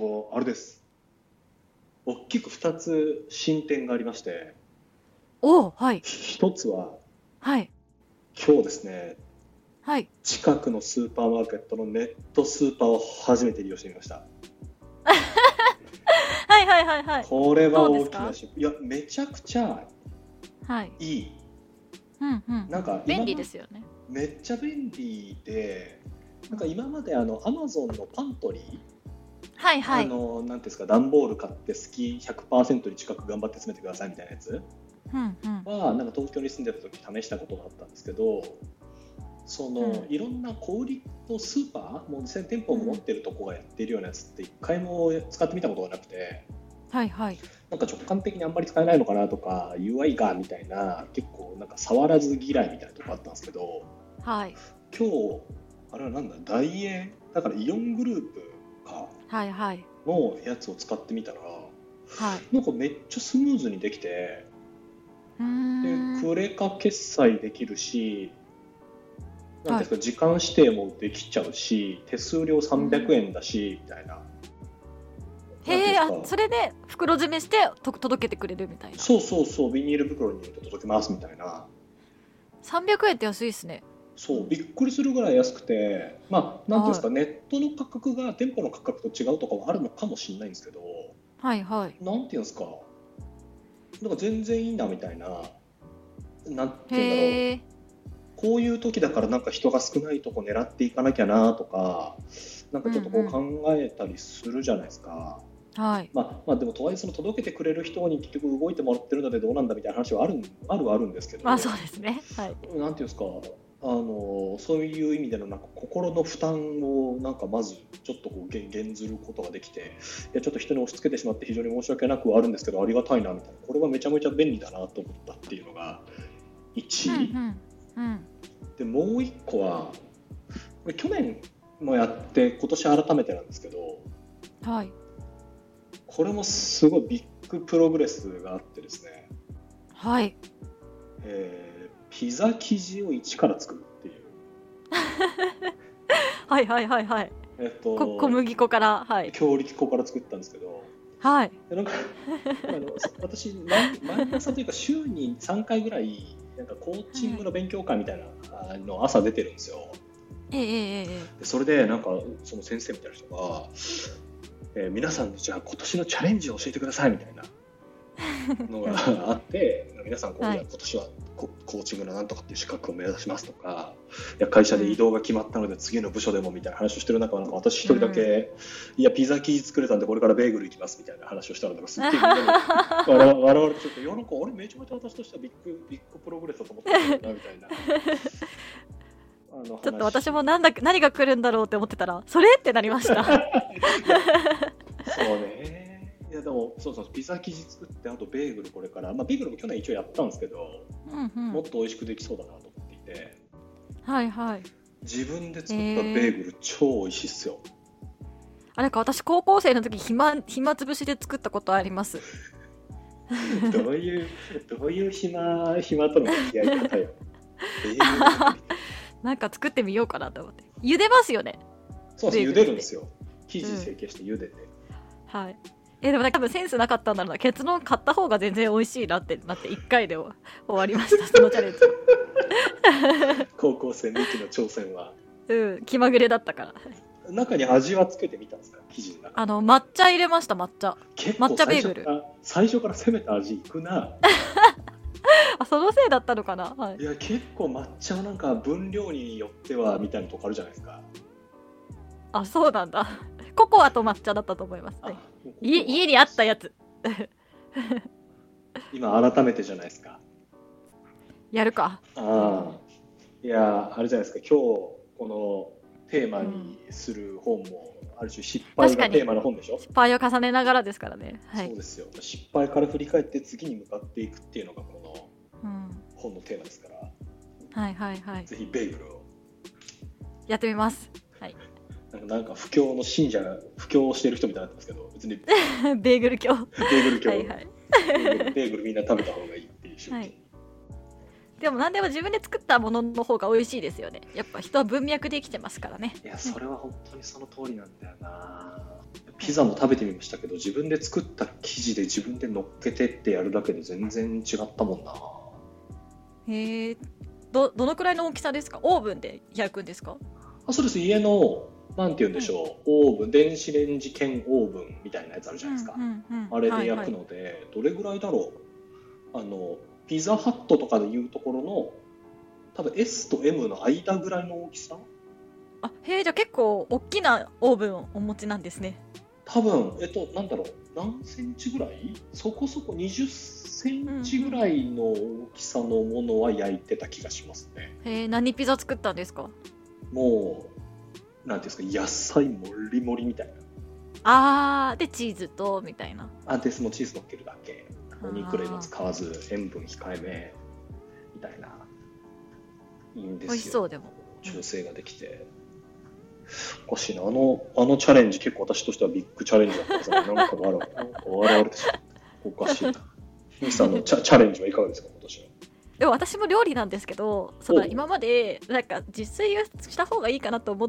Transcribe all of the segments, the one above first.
あれです。大きく2つ進展がありまして、 おー、はい。 1つははい。 今日ですね、 はい。 近くのスーパーマーケットのネットスーパーを初めて利用してみました。 はいはいはいはい。 これはどうですか？ 大きないや、めちゃくちゃはい。 いい。 うんうんなんうん。便利か今まですよね。 めっちゃ便利で、なんかうん。 今までアマゾンのパントリー、 はいはい。 なんていうんですか、段ボール買って好き100%に近く頑張って詰めてくださいみたいなやつうんうんは、なんか東京に住んでた時試したことがあったんですけど、 うんいろんな小売りとスーパー、もう実際店舗も持うん。 ってるとこがやってるようなやつって一回も使ってみたことがなくて、 はいはい。 なんか直感的にあんまり使えないのかなとか、UI がみたいな、結構なんか触らず嫌いみたいなとこあったんですけど、 はい。 今日、あれはなんだ、ダイエー、だからイオングループかはいはい。 のやつを使ってみたら、 はい。 なんかめっちゃスムーズにできて、 うーで、 ん。 クレカ決済できるし、なんていはい。 うんですか、時間指定もできちゃうし、手数料300 うん。 円だし、みたいな。なんていうんへえ、あ、 ですか、 それで袋詰めして届けてくれるみたいな。 そうそうそう、ビニール袋に入れて届けますみたいな。 300円って安いですね。 そう、びっくりするぐらい安くて、まあ、なんていうんですか、 はい。 ネットの価格が店舗の価格と違うとかはあるのかもしれないんですけど、 はいはい。 なんていうんですか、なんか全然いいなみたいな、なんていうんだろう、 へえ。 こういう時だからなんか人が少ないとこ狙っていかなきゃなとか、なんかうんうちょっとこう考ん。 えたりするじゃないですか。 はい。 まあでもとはいえその届けてくれる人に結局動いてもらってるのでどうなんだみたいな話はあるんですけど、 まあそうですね。はい。 なんていうんですか、そういう意味でのなんか心の負担をなんかまずちょっとこう減ずることができて、いやちょっと人に押し付けてしまって非常に申し訳なくはあるんですけど、ありがたいなみたいな、これはめちゃめちゃ便利だなと思ったっていうのがうん 1 うんうんで、もう1個はこれ去年もやって今年改めてなんですけど、 はいこれもすごいビッグプログレスがあってですね、 はいピザ生地を一から作るっていう、 はいはいはいはい。 えっ小と、 麦粉からはい強力粉から作ったんですけど、 はいなんか私毎朝というか週に3回ぐらいなんかコーチングの勉強会みたいなの朝出てるんですよ。 ええええええ。 でそれでなんかその先生みたいな人が、皆さんのじゃあ今年のチャレンジを教えてくださいみたいなのがあって、皆さんこう、いやはい今年はコーチングのなんとかっていう資格を目指しますとか、いや会社で移動が決まったので次の部署でもみたいな話をしてる中、なんか私一人だけ、いやピザ生地作れたんでこれからベーグル行きますみたいな話をしたら、なんかすっげえみんなに笑われて、ちょっといやなんかあれめちゃめちゃ私としてはビッグプログレスだと思ってたんだよなみたいなちょっと話。 私も何が来るんだろうって思ってたらそれってなりました。 いやそうね。いやでもそうそう、ピザ生地作ってあとベーグルこれから、まあベーグルも去年一応やったんですけど、 うんうんもっと美味しくできそうだなと思っていて、 はいはい自分で作ったベーグル超美味しいっすよ。 あれか私高校生の時暇つぶしで作ったことあります。 どういう暇との付き合い方よ。ベーグル作り。 なんか作ってみようかなと思って茹でますよねそうです、茹ベーグルって。 でるんですよ。生地成形して茹でて。 はいでもなんか多分センスなかったんだろうな。結論買った方が全然美味しいなってなって1回で終わりましたそのチャレンジ。 高校生ミキの挑戦は。 うん気まぐれだったから。 中に味はつけてみたんですか、生地の中に。 抹茶入れました。抹結構茶ベーグル。 最初から攻めた味いくな。 あそのせいだったのかな。はいいや結構抹茶はなんか分量によってはみたいなとこあるじゃないですか。 あそうなんだ。ココアと抹茶だったと思います、ね、家にあったやつ。 今改めてじゃないですか。 やるか。 いやあれじゃないですか、今日このテーマにする本も、ある種失敗がテーマの本でしょ。 失敗を重ねながらですからね、はい、 そうですよ。失敗から振り返って次に向かっていくっていうのがこの本のテーマですから、 はいはいはい、 ぜひベーグルをやってみます、はい、 なんか布教の信者が布教してる人みたいになってますけど、別にベーグル教。 ベーグル教、 はいはい、 ベーグルみんな食べた方がいいっていう宗教、はい、 でも何でも自分で作ったものの方が美味しいですよね。やっぱ人は文脈で生きてますからね。 いやそれは本当にその通りなんだよな。 ピザも食べてみましたけど、自分で作った生地で自分で乗っけてってやるだけで全然違ったもんな。 へえ。どのくらいの大きさですか？オーブンで焼くんですか？ そうです。家のなんて言うんでしょう、オーブン、電子レンジ兼オーブンみたいなやつあるじゃないですか、あれで焼くので、どれぐらいだろう、ピザハットとかでいうところの多分 S と M の間ぐらいの大きさ。 へえ、じゃあ結構大きなオーブンをお持ちなんですね。 多分なんだろう、何センチぐらい、そこそこ20センチぐらいの大きさのものは焼いてた気がしますね。 へえ、何ピザ作ったんですか？ もうなんていうんですか、野菜もりもりみたいな。 でチーズとみたいな。 ですもチーズ乗っけるだけ、お肉類も使わず塩分控えめみたいな。いいんですよ。 美味しそう。でも調整ができて、おかしいな、あのチャレンジ結構私としてはビッグチャレンジだったんですが、なんか笑われてしまった。おかしいな。ミキさんのチャレンジはいかがですか、今年は。 でも私も料理なんですけど、今までなんか自炊をした方がいいかなと思って、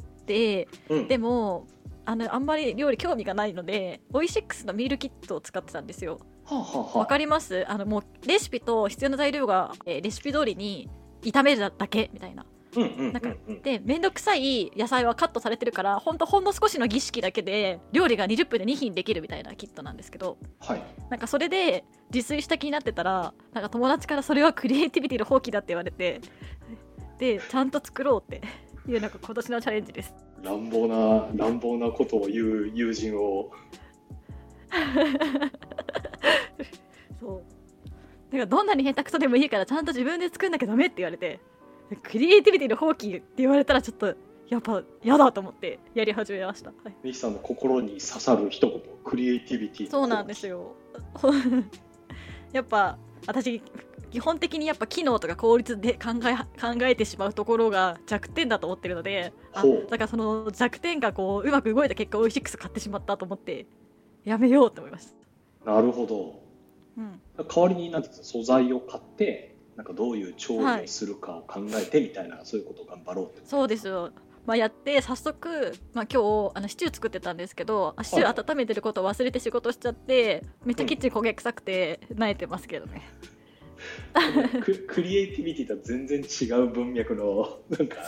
でもあんまり料理興味がないので、オイシックスのミールキットを使ってたんですよ。わかります？もうレシピと必要な材料が、レシピ通りに炒めるだけみたいな。でめんどくさい野菜はカットされてるから、ほんの少しの儀式だけで料理が20分で2品できるみたいなキットなんですけど、なんかそれで自炊した気になってたら、なんか友達からそれはクリエイティビティの放棄だって言われて、でちゃんと作ろうっていう、なんか今年のチャレンジです。 乱暴なことを言う友人をそうだからどんなに下手くそでもいいからちゃんと自分で作んなきゃダメって言われて、クリエイティビティの放棄って言われたらちょっとやっぱ嫌だと思ってやり始めました。 ミキさんの心に刺さる一言、クリエイティビティ。 そうなんですよやっぱ私基本的にやっぱ機能とか効率で考えてしまうところが弱点だと思ってるので、だからその弱点がこううまく動いた結果、オイシックス買ってしまったと思ってやめようと思いました。 なるほど、代わりになんていうか素材を買って、なんかどういう調理をするかを考えてみたいな、そういうことを頑張ろうって。 そうですよ。やって早速、今日シチュー作ってたんですけど、シチュー温めてることを忘れて仕事しちゃって、めっちゃキッチン焦げ臭くて萎えてますけどね。 クリエイティビティとは全然違う文脈のなんか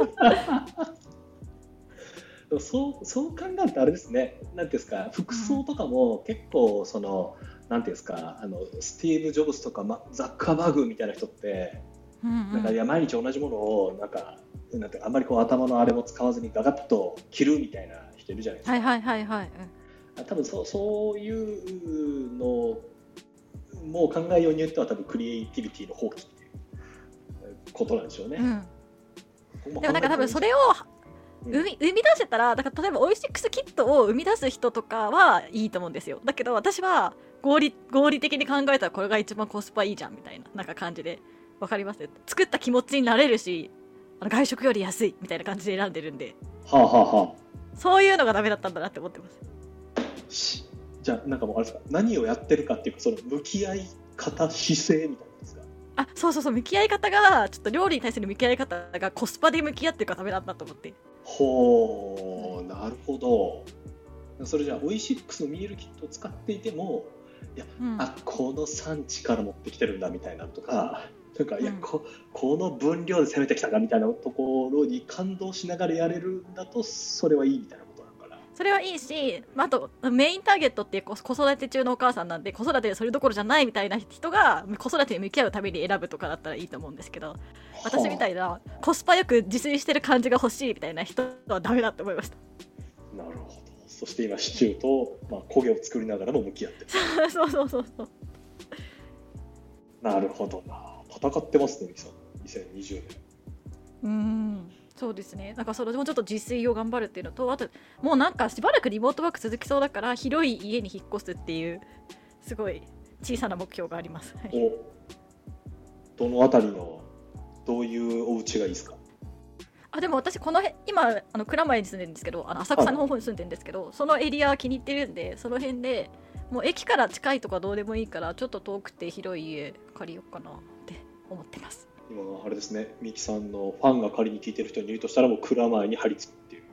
そう考えるとあれですね、なんていうんですか、服装とかも結構そのなんていうんですか、スティーブ・ジョブズとか、ザッカーバーグみたいな人って、なんかいや毎日同じものをなんかあんまりこう頭のあれも使わずにガガッと着るみたいな人いるじゃないですか。多分そういうのも考えようによっては多分クリエイティビティの放棄っていうことなんでしょうね。 でもなんか多分それを生み出せたら、だから例えばオイシックスキットを生み出す人とかはいいと思うんですよ。だけど私は合理的に考えたらこれが一番コスパいいじゃんみたいな、なんか感じで、わかります？作った気持ちになれるし、外食より安いみたいな感じで選んでるんで、そういうのがダメだったんだなって思ってます。 じゃあなんかもうあれですか、何をやってるかっていうか、その向き合い方、姿勢みたいなんですか？ そう向き合い方が、ちょっと料理に対する向き合い方がコスパで向き合ってるからダメだったと思って。 なるほど。それじゃあオイシックスのミールキットを使っていても、いや、この産地から持ってきてるんだみたいなとか、なんかいや、この分量で攻めてきたかみたいなところに感動しながらやれるんだと、それはいいみたいなことなのかな。 それはいいし、あとメインターゲットって子育て中のお母さんなんで、子育てでそれどころじゃないみたいな人が子育てに向き合うために選ぶとかだったらいいと思うんですけど、私みたいなコスパよく自炊してる感じが欲しいみたいな人はダメだと思いました。 なるほど。そして今シチューと、焦げを作りながらも向き合ってる。 そうなるほどな。戦ってますね、ミキさん。2020年。 そうですね。なんかそれもちょっと自炊を頑張るっていうのと、あともうなんかしばらくリモートワーク続きそうだから、広い家に引っ越すっていうすごい小さな目標があります。 どのあたりのどういうお家がいいですか？ でも私この辺今蔵前に住んでるんですけど、浅草の方に住んでるんですけど、そのエリアは気に入ってるんで、その辺でもう駅から近いとかどうでもいいから、ちょっと遠くて広い家借りようかなって思ってます。 今あれですね、ミキさんのファンが仮に聞いてる人にいるとしたら、もう蔵前に張り付くっていう。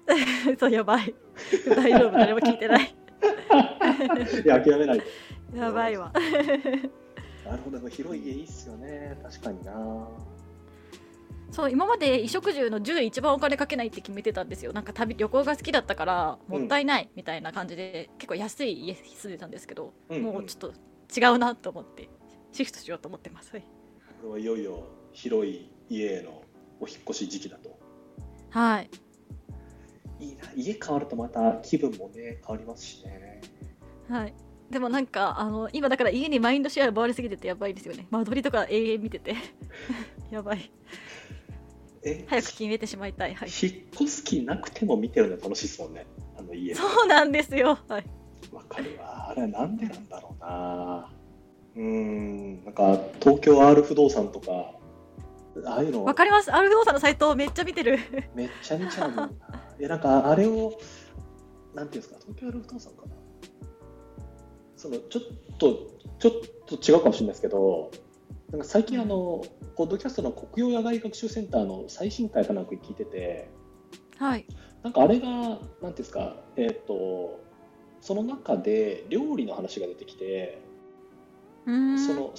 そうやばい大丈夫誰も聞いてないいや諦めないでやばいわなるほど広い家いいっすよね確かになそう今まで衣食住の10一番お金かけないって決めてたんですよ。なんか旅行が好きだったからもったいないみたいな感じで、結構安い家住んでたんですけど、もうちょっと違うなと思ってシフトしようと思ってます。はい、 これはいよいよ広い家へのお引っ越し時期だと。 はいいいな家変わるとまた気分もね変わりますしね。 はいでもなんか今だから家にマインドシェア奪われすぎててやばいですよね。間取りとか永遠見ててやばい早く決めてしまいたい、はい、 引っ越す気なくても見てるの楽しいですもんね家。 そうなんですよ。はいわかるわあれはなんでなんだろうななんか東京 R 不動産とかああいうのわかります。 R 不動産のサイトめっちゃ見てるめっちゃ見ちゃうもんななんかあれをなんていうんですか東京 R 不動産かなちょっと違うかもしれないですけどなんか最近ポッドキャストの国用野外学習センターの最新回かなんか聞いてて、 はい、 なんかあれがなんていうんですかその中で料理の話が出てきて、その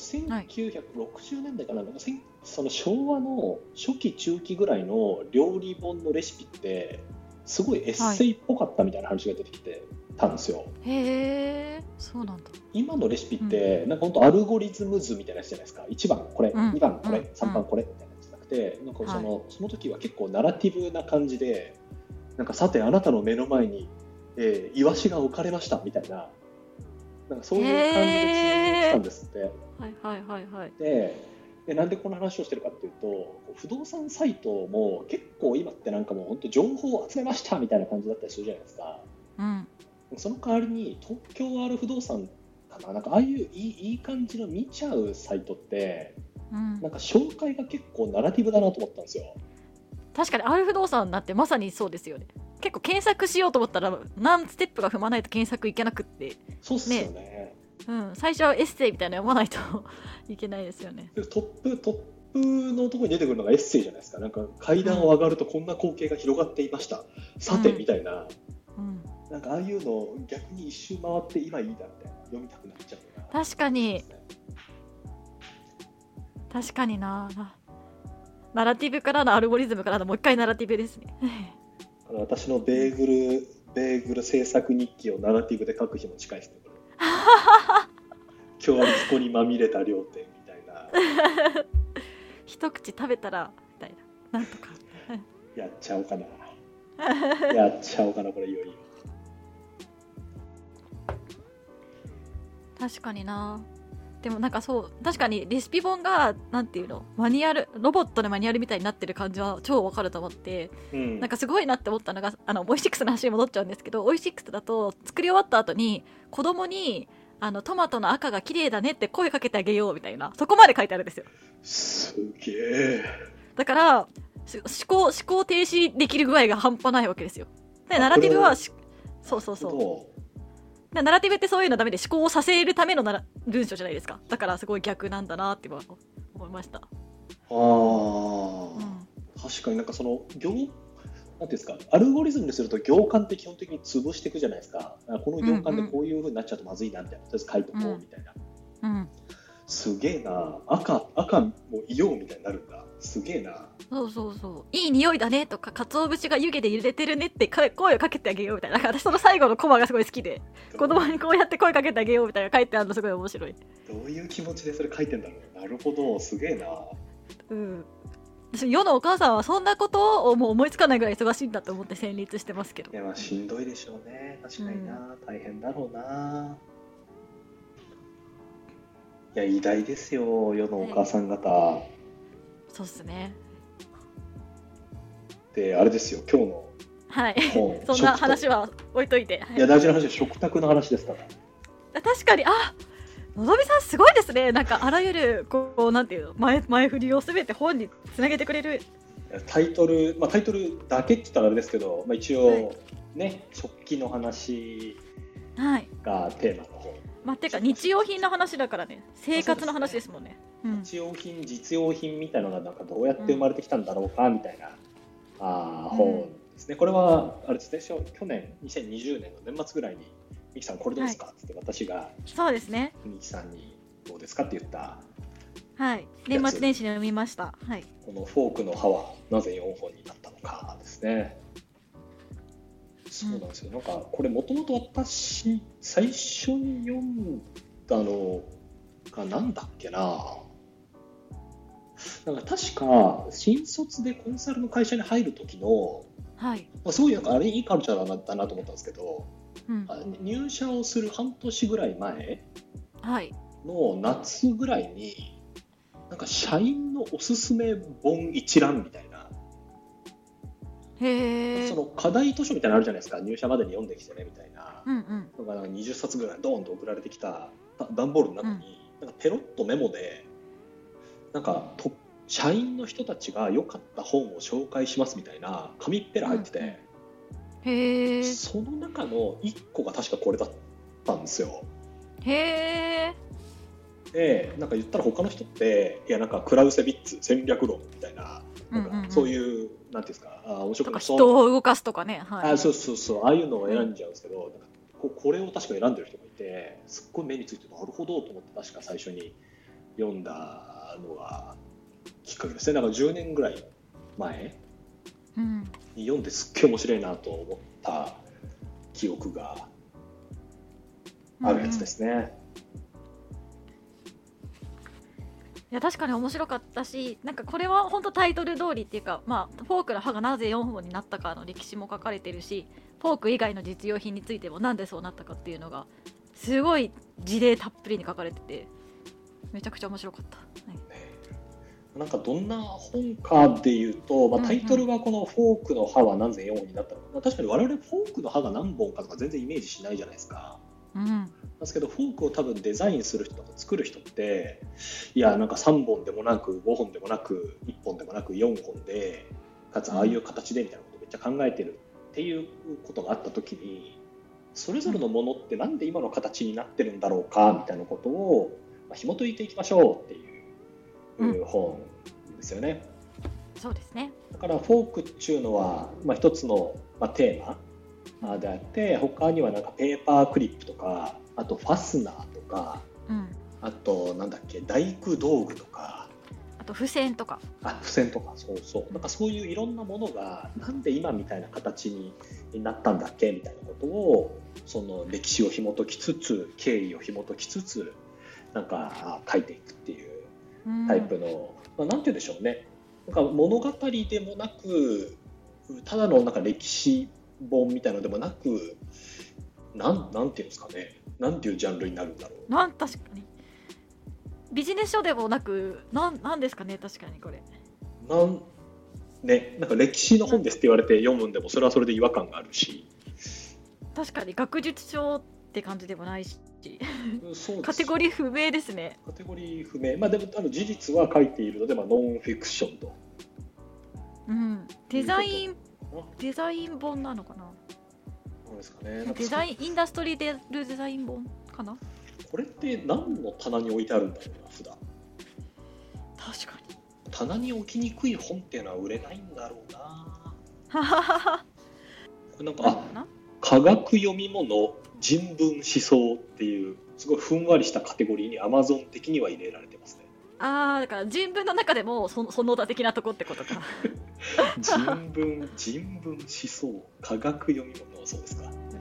1960年代かな、その昭和の初期中期ぐらいの料理本のレシピってすごいエッセイっぽかったみたいな話が出てきてたんですよ。 へえ、そうなんだ。 今のレシピってなんか本当アルゴリズム図みたいなやつじゃないですか。1番これ、2番これ、3番これみたいなやつじゃなくて、なんかその時は結構ナラティブな感じで、なんかさてあなたの目の前に、イワシが置かれましたみたいな、なんかそういう感じで続いてたんですって。 はいはいはいはい。 でなんでこの話をしてるかっていうと、不動産サイトも結構今ってなんかもう本当情報を集めましたみたいな感じだったりするじゃないですか。その代わりに東京 R 不動産かな、なんかああいういい感じの見ちゃうサイトって、なんか紹介が結構ナラティブだなと思ったんですよ。 確かに R 不動産だってまさにそうですよね。結構検索しようと思ったら何ステップが踏まないと検索いけなくって、 そうっすよね。 最初はエッセイみたいなの読まないといけないですよね。 トップのところに出てくるのがエッセイじゃないですか。なんか階段を上がるとこんな光景が広がっていました、さてみたいな、なんかああいうのを逆に一周回って今いいだみたいな読みたくなっちゃうな。 確かに確かにな。ナラティブからのアルゴリズムからのもう一回ナラティブですね私のベーグル制作日記をナラティブで書く日も近いですね今日はここにまみれた料亭みたいな一口食べたらみたいな、なんとかやっちゃおうかなやっちゃおうかな、これいよいよ。 確かにな。でもなんかそう、確かにレシピ本がなんていうの、マニュアル、ロボットのマニュアルみたいになってる感じは超わかると思って、なんかすごいなって思ったのが、オイシックスの話に戻っちゃうんですけど、オイシックスだと作り終わった後に子供にトマトの赤が綺麗だねって声かけてあげようみたいな、そこまで書いてあるんですよ。 すげえ。 だから思考停止できる具合が半端ないわけですよ。でナラティブはそうナラティブってそういうのダメで思考をさせるための文章じゃないですか。だからすごい逆なんだなって思いました。 確かになんかそのなんていうんですか、アルゴリズムにすると行間って基本的に潰していくじゃないですか。この行間でこういう風になっちゃうとまずいなみたいな、とりあえず書いとこうみたいな、すげえな。赤もいようみたいになるんだ。すげえな。 そういい匂いだねとか、鰹節が湯気で茹でてるねって声をかけてあげようみたいな。私その最後のコマがすごい好きで、子供にこうやって声かけてあげようみたいな書いてあるのすごい面白い。 どういう気持ちでそれ書いてんだろう。なるほど、すげえな。 私世のお母さんはそんなことをもう思いつかないぐらい忙しいんだと思って戦慄してますけど。 いや、まあしんどいでしょうね。確かにな、大変だろうな。いや、偉大ですよ、世のお母さん方。 そうっすね。 で、あれですよ、今日の本、 そんな話は置いといて。 いや、大事な話は食卓の話ですから。 確かに、のぞみさんすごいですね。なんかあらゆるこうなんていうの、前振りをすべて本につなげてくれる。 タイトルだけって言ったらあれですけど、一応ね、食器の話がテーマの本。 てか日用品の話だからね、生活の話ですもんね。 日用品、実用品みたいなのがなんかどうやって生まれてきたんだろうかみたいな本でですね。これはあれですね、去年2020年の年末ぐらいにミキさんこれどうですかって言って私がそうですね、 ミキさんにどうですかって言った、 はい、年末年始に読みました、はい、 このフォークの歯はなぜ4本になったのかですね。そうなんですよ、なんかこれもともと私最初に読んだのがなんだっけな、なんか確か新卒でコンサルの会社に入る時の、 はい、 すごいなんかあれいいカルチャーだなと思ったんですけど、 うん、 入社をする半年ぐらい前の夏ぐらいに、なんか社員のおすすめ本一覧みたいな、 へー、 その課題図書みたいなのあるじゃないですか、入社までに読んできてねみたいな、 うんうん、 のがなんか20冊ぐらいドーンと送られてきた段ボールの中に、なんかペロッとメモでなんか社員の人たちが良かった本を紹介しますみたいな紙っぺら入ってて、 へー、 その中の1個が確かこれだったんですよ。 へー、 でなんか言ったら他の人っていやなんかクラウセビッツ戦略論みたいな、なんかそういう、なんていうんですか、面白くない人を動かすとかね、 はい、そうそうそう、ああいうのを選んじゃうんですけど、なんかこれを確か選んでる人がいて、すっごい目についてなるほどと思って確か最初に読んだのがきっかけですね。だから10年ぐらい前に読んですっげえ面白いなと思った記憶があるやつですね。 いや確かに面白かったし、なんかこれは本当タイトル通りっていうか、まあ、フォークの歯がなぜ4本になったかの歴史も書かれてるし、フォーク以外の実用品についてもなんでそうなったかっていうのがすごい事例たっぷりに書かれててめちゃくちゃ面白かった、はい、 なんかどんな本かでいうと、まあ、タイトルはこのフォークの歯はなぜ4本になったのか、まあ、確かに我々フォークの歯が何本かとか全然イメージしないじゃないですか。ですけどフォークを多分デザインする人とか作る人っていやなんか3本でもなく5本でもなく1本でもなく4本でかつああいう形でみたいなことをめっちゃ考えてるっていうことがあった時にそれぞれのものってなんで今の形になってるんだろうかみたいなことを紐解いていきましょうっていう本ですよね。 そうですね。 だからフォークっていうのは、一つの、テーマであって、他にはなんかペーパークリップとか、あとファスナーとか、あとなんだっけ大工道具とか、 あと付箋とか、 そうなんかそういういろんなものがなんで今みたいな形になったんだっけみたいなことをその歴史を紐解きつつ経緯を紐解きつつなんか書いていくっていうタイプの、なんて言うんでしょうね、なんか物語でもなくただのなんか歴史本みたいなのでもなくなんていうんですかね、なんていうジャンルになるんだろう。 確かにビジネス書でもなくなんですかね。確かにこれなんか歴史の本ですって言われて読むんでもそれはそれで違和感があるし、 確かに学術書って感じでもないしそうです、 カテゴリー不明ですね。 カテゴリー不明、でも事実は書いているので、ノンフィクションと、 デザイン本なのかな。 なんですかね、 インダストリーデザイン本かな。 これって何の棚に置いてあるんだろうな普段。 確かに棚に置きにくい本っていうのは売れないんだろうな。これなんか科学読み物人文思想っていうすごいふんわりしたカテゴリーに Amazon 的には入れられてますね。 だから人文の中でもその他的なとこってことか。 人文思想科学読み物、そうですか。